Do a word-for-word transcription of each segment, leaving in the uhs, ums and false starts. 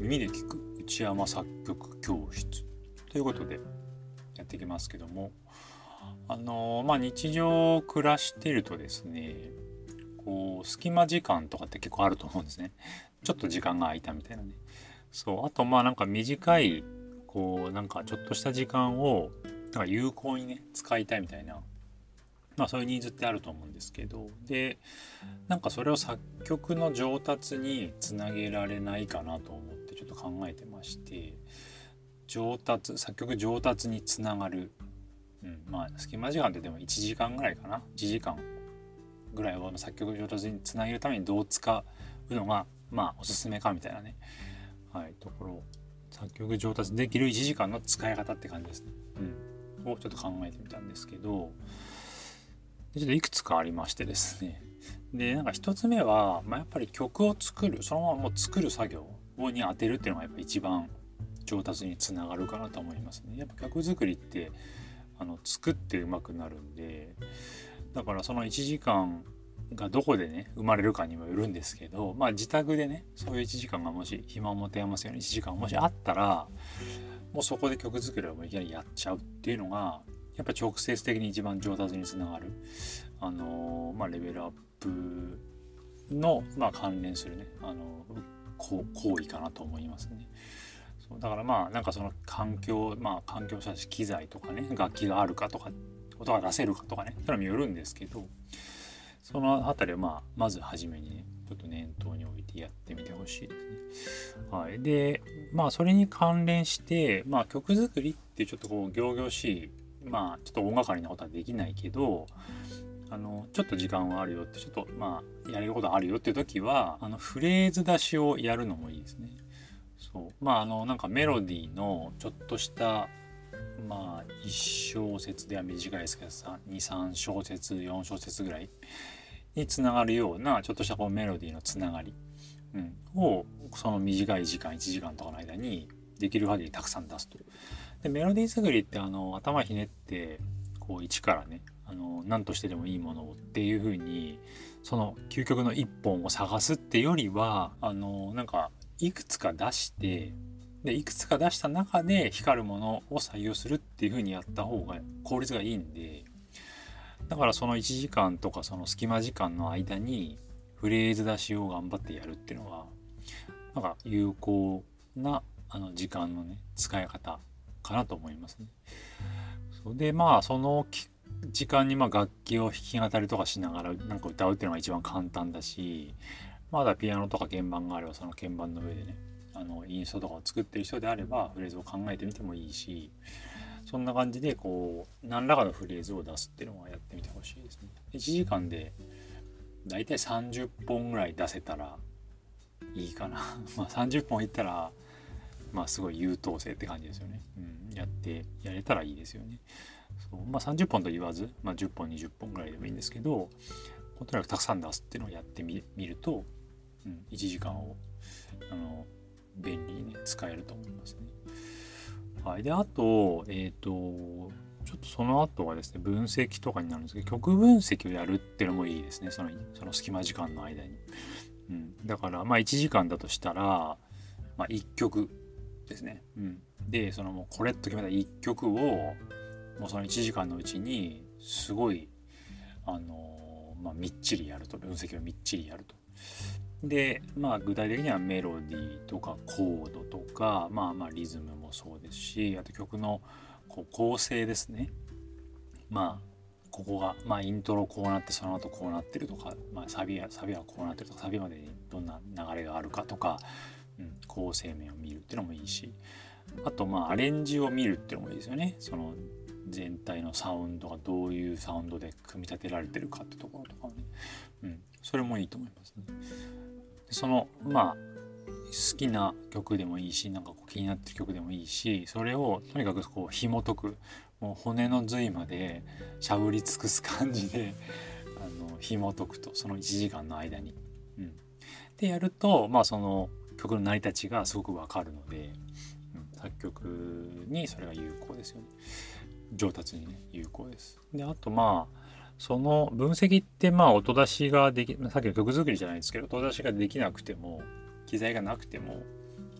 耳で聞く内山作曲教室ということでやっていきますけども、あのー、まあ日常暮らしているとですね、こう隙間時間とかって結構あると思うんですね。ちょっと時間が空いたみたいなね。そう、あとまあなんか短いこうなんかちょっとした時間をなんか有効にね使いたいみたいな、まあそういうニーズってあると思うんですけど、でなんかそれを作曲の上達につなげられないかなと思ってちょっと考えてまして、上達作曲上達につながる、うん、まあ隙間時間ってでもいちじかんぐらいかな、いちじかんぐらいを作曲上達につなげるためにどう使うのがまあおすすめかみたいなね、はい、ところを作曲上達できるいちじかんの使い方って感じですね、うん、をちょっと考えてみたんですけど、ちょっといくつかありましてですね。でなんか一つ目は、まあ、やっぱり曲を作るそのままもう作る作業に当てるっていうのがやっぱ一番上達につながるかなと思いますね。やっぱ曲作りってあの作って上手くなるんで、だからそのいちじかんがどこでね生まれるかにもよるんですけど、まあ自宅でねそういういちじかんがもし暇を持て余すようないちじかんもしあったら、もうそこで曲作りをいきなりやっちゃうっていうのがやっぱ直接的に一番上達につながる、あのー、まあレベルアップの、まあ、関連するね、あの行為かなと思いますね。そうだからまあなんかその環境、まあ環境者機材とかね、楽器があるかとか音が出せるかとかね、それによるんですけど、そのあたりはまあまず初めにねちょっと念頭に置いてやってみてほしいですね。はい、でまあそれに関連して、まあ、曲作りってちょっとこう仰々しい、まあちょっと大掛かりなことはできないけど、あのちょっと時間はあるよって、ちょっとまあやれることあるよっていう時はあのフレーズ出しをやるのもいいですね。そうまああのなんかメロディーのちょっとしたまあいち小節では短いですけどさにさん小節よん小節ぐらいにつながるようなちょっとしたこうメロディーのつながり、うん、をその短い時間いちじかんとかの間にできる限りたくさん出すと。でメロディー作りってあの頭ひねってこう一からねあの何としてでもいいものをっていう風にその究極の一本を探すってよりはあのなんかいくつか出してでいくつか出した中で光るものを採用するっていう風にやった方が効率がいいんで、だからそのいちじかんとかその隙間時間の間にフレーズ出しを頑張ってやるっていうのはなんか有効なあの時間のね使い方かなと思いますね。それでまあその時間にまあ楽器を弾き語りとかしながらなんか歌うっていうのが一番簡単だし、まだピアノとか鍵盤があればその鍵盤の上でねあのインストとかを作ってる人であればフレーズを考えてみてもいいし、そんな感じでこう何らかのフレーズを出すっていうのはやってみてほしいですね。いちじかんでだいたいさんじゅっぽんぐらい出せたらいいかなまあさんじゅっぽんいったらまあすごい優等生って感じですよね、うん、やってやれたらいいですよね。そうまあさんじゅっぽんと言わず、まあ、じゅっぽんにじゅっぽんぐらいでもいいんですけど、とにかくたくさん出すっていうのをやってみると、うん、いちじかんをあの便利にね使えると思いますね。はい、であとえっ、ー、とちょっとその後はですね分析とかになるんですけど、曲分析をやるっていうのもいいですね、そのその隙間時間の間に、うん、だからまあいちじかんだとしたら、まあ、いっきょくですね、うん、でそのもうこれと決めたいっきょくをもうそのいちじかんのうちにすごいあのー、まあ、みっちりやると、分析をみっちりやると。でまあ具体的にはメロディーとかコードとか、まあまあリズムもそうですし、あと曲のこう構成ですね。まあここが、まあ、イントロこうなってその後こうなってるとか、まあ、サビはサビはこうなってるとか、サビまでにどんな流れがあるかとか、うん、構成面を見るっていうのもいいし、あとまあアレンジを見るっていうのもいいですよね。その全体のサウンドがどういうサウンドで組み立てられてるかってところとかね、うん、それもいいと思いますね。そのまあ好きな曲でもいいし、なんかこう気になってる曲でもいいし、それをとにかくこう紐解く、もう骨の髄までしゃぶり尽くす感じであの紐解くと、そのいちじかんの間に、うん、でやるとまあその曲の成り立ちがすごくわかるので、うん、作曲にそれが有効ですよね。上達にね有効です。であとまあその分析ってまあ音出しができ、さっきの曲作りじゃないですけど、音出しができなくても機材がなくてもあの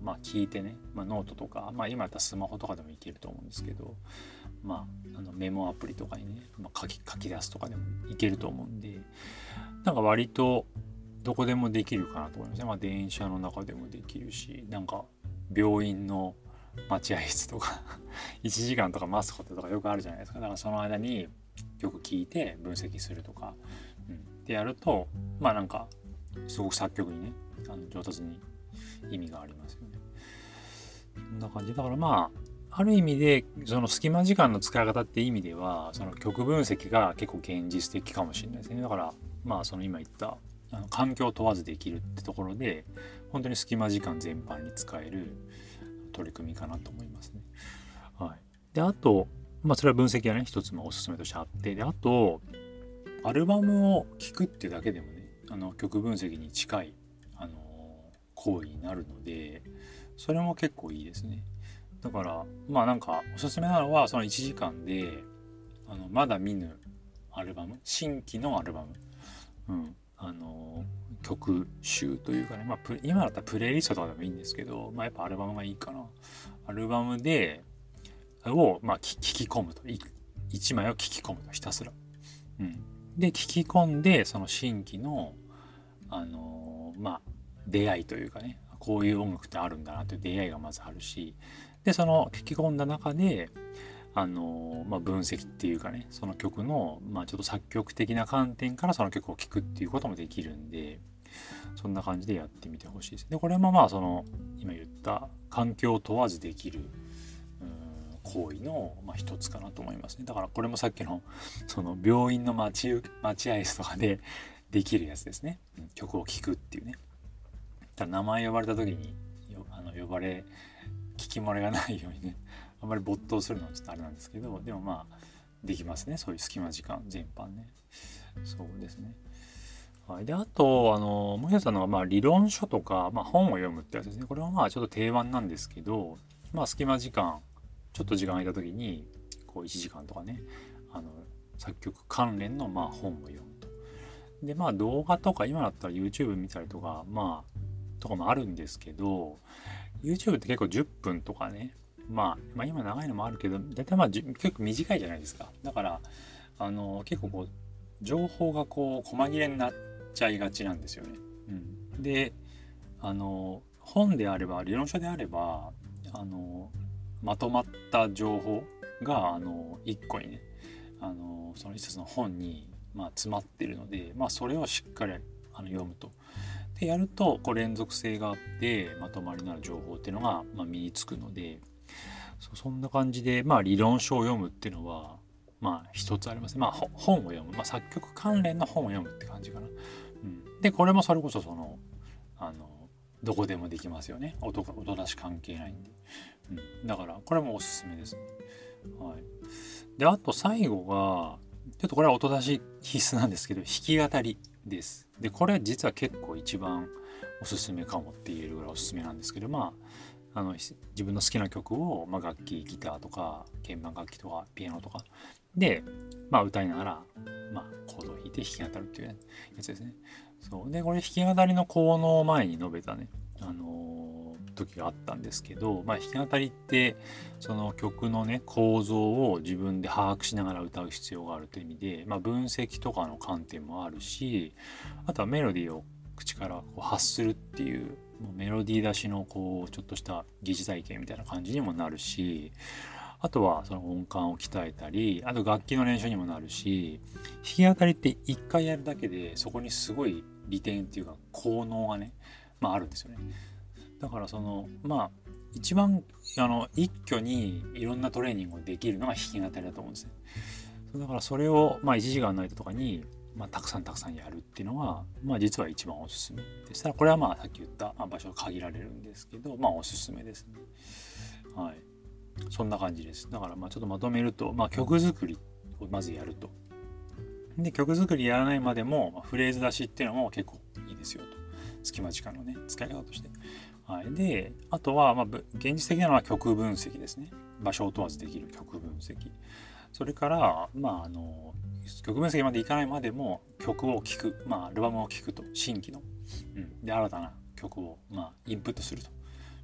まあ聞いてね、まあ、ノートとか、まあ、今やったらスマホとかでもいけると思うんですけど、まあ、あのメモアプリとかにね、まあ、書き、書き出すとかでもいけると思うんで、なんか割とどこでもできるかなと思いますね。まあ、電車の中でもできるし、なんか病院の待合室とかいちじかんとか待つこととかよくあるじゃないですか。だからその間に曲聴いて分析するとか、うん、でやると、まあなんかすごく作曲にね、あの上達に意味がありますよね。こんな感じだから、まあある意味でその隙間時間の使い方って意味では、その曲分析が結構現実的かもしれないですね。だからまあその今言ったあの環境を問わずできるってところで、本当に隙間時間全般に使える取り組みかなと思いますね。はい。で、あと、まあそれは分析がね、一つもおすすめとしてあって、で、あと、アルバムを聴くっていうだけでもね、あの曲分析に近い、あの行為になるので、それも結構いいですね。だから、まあなんかおすすめなのは、そのいちじかんで、あのまだ見ぬアルバム、新規のアルバム、うん、あの曲集というかね、まあ、今だったらプレイリストとかでもいいんですけど、まあ、やっぱアルバムがいいかな。アルバムでを、まあ、聞き込むと、いちまいを聞き込むと、ひたすら、うん、で聞き込んで、その新規のあのー、まあ出会いというかね、こういう音楽ってあるんだなという出会いがまずあるし、でその聞き込んだ中であのー、まあ、分析っていうかね、その曲の、まあ、ちょっと作曲的な観点からその曲を聴くっていうこともできるんで、そんな感じでやってみてほしいです。でこれもまあその今言った環境を問わずできる行為の、まあ、一つかなと思いますね。だからこれもさっきのその病院の待合室とかでできるやつですね。曲を聴くっていうね。だ名前呼ばれた時にあの呼ばれ聞き漏れがないようにね、あんまり没頭するのはちょっとあれなんですけど、でもまあできますね、そういう隙間時間全般ね。そうですね。はい、であとあのもう一つのはまあ理論書とか、まあ、本を読むってやつですね。これはまあちょっと定番なんですけど、まあ隙間時間ちょっと時間空いた時にこういちじかんとかね、あの作曲関連のまあ本を読むと。でまあ動画とか今だったら YouTube 見たりとかまあとかもあるんですけど、 YouTube って結構じゅっぷんとかね、まあ、まあ今長いのもあるけど大体まあ結構短いじゃないですか。だからあの結構こう情報がこう細切れになっちゃいがちなんですよね。うん、であの本であれば理論書であればあのまとまった情報があのいっこにね、あのその一つの本にまあ詰まってるので、まあ、それをしっかりあの読むと。でやるとこう連続性があってまとまりのある情報っていうのがまあ身につくので、 そ, そんな感じでまあ理論書を読むっていうのはまあ一つありますね。まあ本を読む、まあ、作曲関連の本を読むって感じかな。うん、でこれもそれこそそのあのどこでもできますよね。音音出し関係ないんで、うん、だからこれもおすすめですね。はい、であと最後がちょっとこれは音出し必須なんですけど、弾き語りです。でこれ実は結構一番おすすめかもって言えるぐらいおすすめなんですけど、まああの自分の好きな曲を、まあ、楽器ギターとか鍵盤楽器とかピアノとかで、まあ、歌いながら、まあ、コードを弾いて弾き語るっていうやつですね。そうでこれ弾き語りの効能を前に述べたね、あのー、時があったんですけど、まあ、弾き語りってその曲のね構造を自分で把握しながら歌う必要があるという意味で、まあ、分析とかの観点もあるし、あとはメロディーを口からこう発するっていうもうメロディー出しのこうちょっとした疑似体験みたいな感じにもなるし、あとはその音感を鍛えたり、あと楽器の練習にもなるし、弾き語りって一回やるだけでそこにすごい利点っていうか効能がね、まああるんですよね。だからそのまあ一番あの一挙にいろんなトレーニングをできるのが弾き語りだと思うんですね。だからそれをまあいちじかんの間とかにまあ、たくさんたくさんやるっていうのは、まあ、実は一番おすすめでしたら、これはまあさっき言った、まあ、場所が限られるんですけど、まあおすすめですね。はい、そんな感じです。だからまあちょっとまとめると、まあ、曲作りをまずやると。で曲作りやらないまでも、まあ、フレーズ出しっていうのも結構いいですよと。隙間時間のね使い方として。はい、であとはまあ現実的なのは曲分析ですね。場所を問わずできる曲分析。それからまああの曲分析までいかないまでも曲を聴く、まあ、アルバムを聴くと新規の、うん、で新たな曲を、まあ、インプットすると、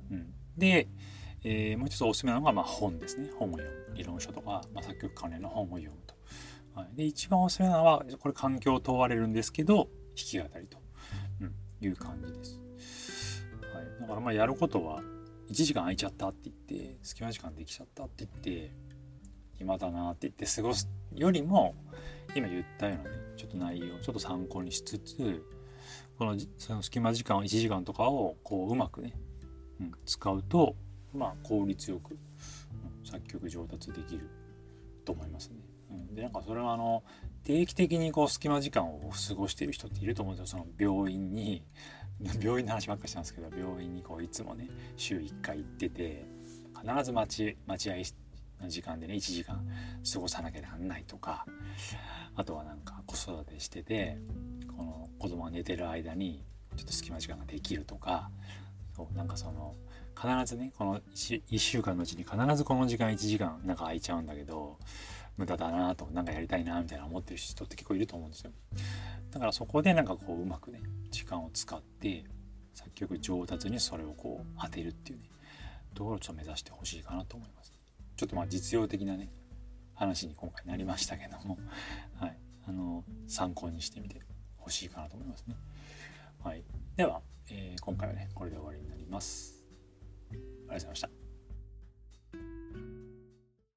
うん、で、えー、もう一つおすすめなのがまあ本ですね。本を読む、理論書とか、まあ、作曲関連の本を読むと。はい、で一番おすすめなのはこれ環境を問われるんですけど、弾き語りと、うん、いう感じです。はい、だからまあやることはいちじかん空いちゃったって言って、隙間時間できちゃったって言って暇だなって言って過ごすよりも、今言ったようなねちょっと内容をちょっと参考にしつつ、このその隙間時間いちじかんとかをこううまくね、うん、使うとまあ効率よく、うん、作曲上達できると思いますね。うん、でなんかそれはあの定期的にこう隙間時間を過ごしている人っていると思うんですよ。その病院に病院の話ばっかりしたんですけど、病院にこういつもね週いっかい行ってて、必ず待ち待合の時間でねいちじかん過ごさなきゃなんないとか、あとはなんか子育てしててこの子供が寝てる間にちょっと隙間時間ができるとか、そうなんかその必ずねこの 1, いっしゅうかんのうちに必ずこの時間いちじかんなんか空いちゃうんだけど無駄だなと、なんかやりたいなみたいな思ってる人って結構いると思うんですよ。だからそこでなんかこううまくね時間を使って作曲上達にそれをこう当てるっていうねところをちょっと目指してほしいかなと思います。ちょっとまあ実用的なね話に今回なりましたけども、はい、あの参考にしてみてほしいかなと思いますね。はい、では、えー、今回はねこれで終わりになります。ありがとうございました。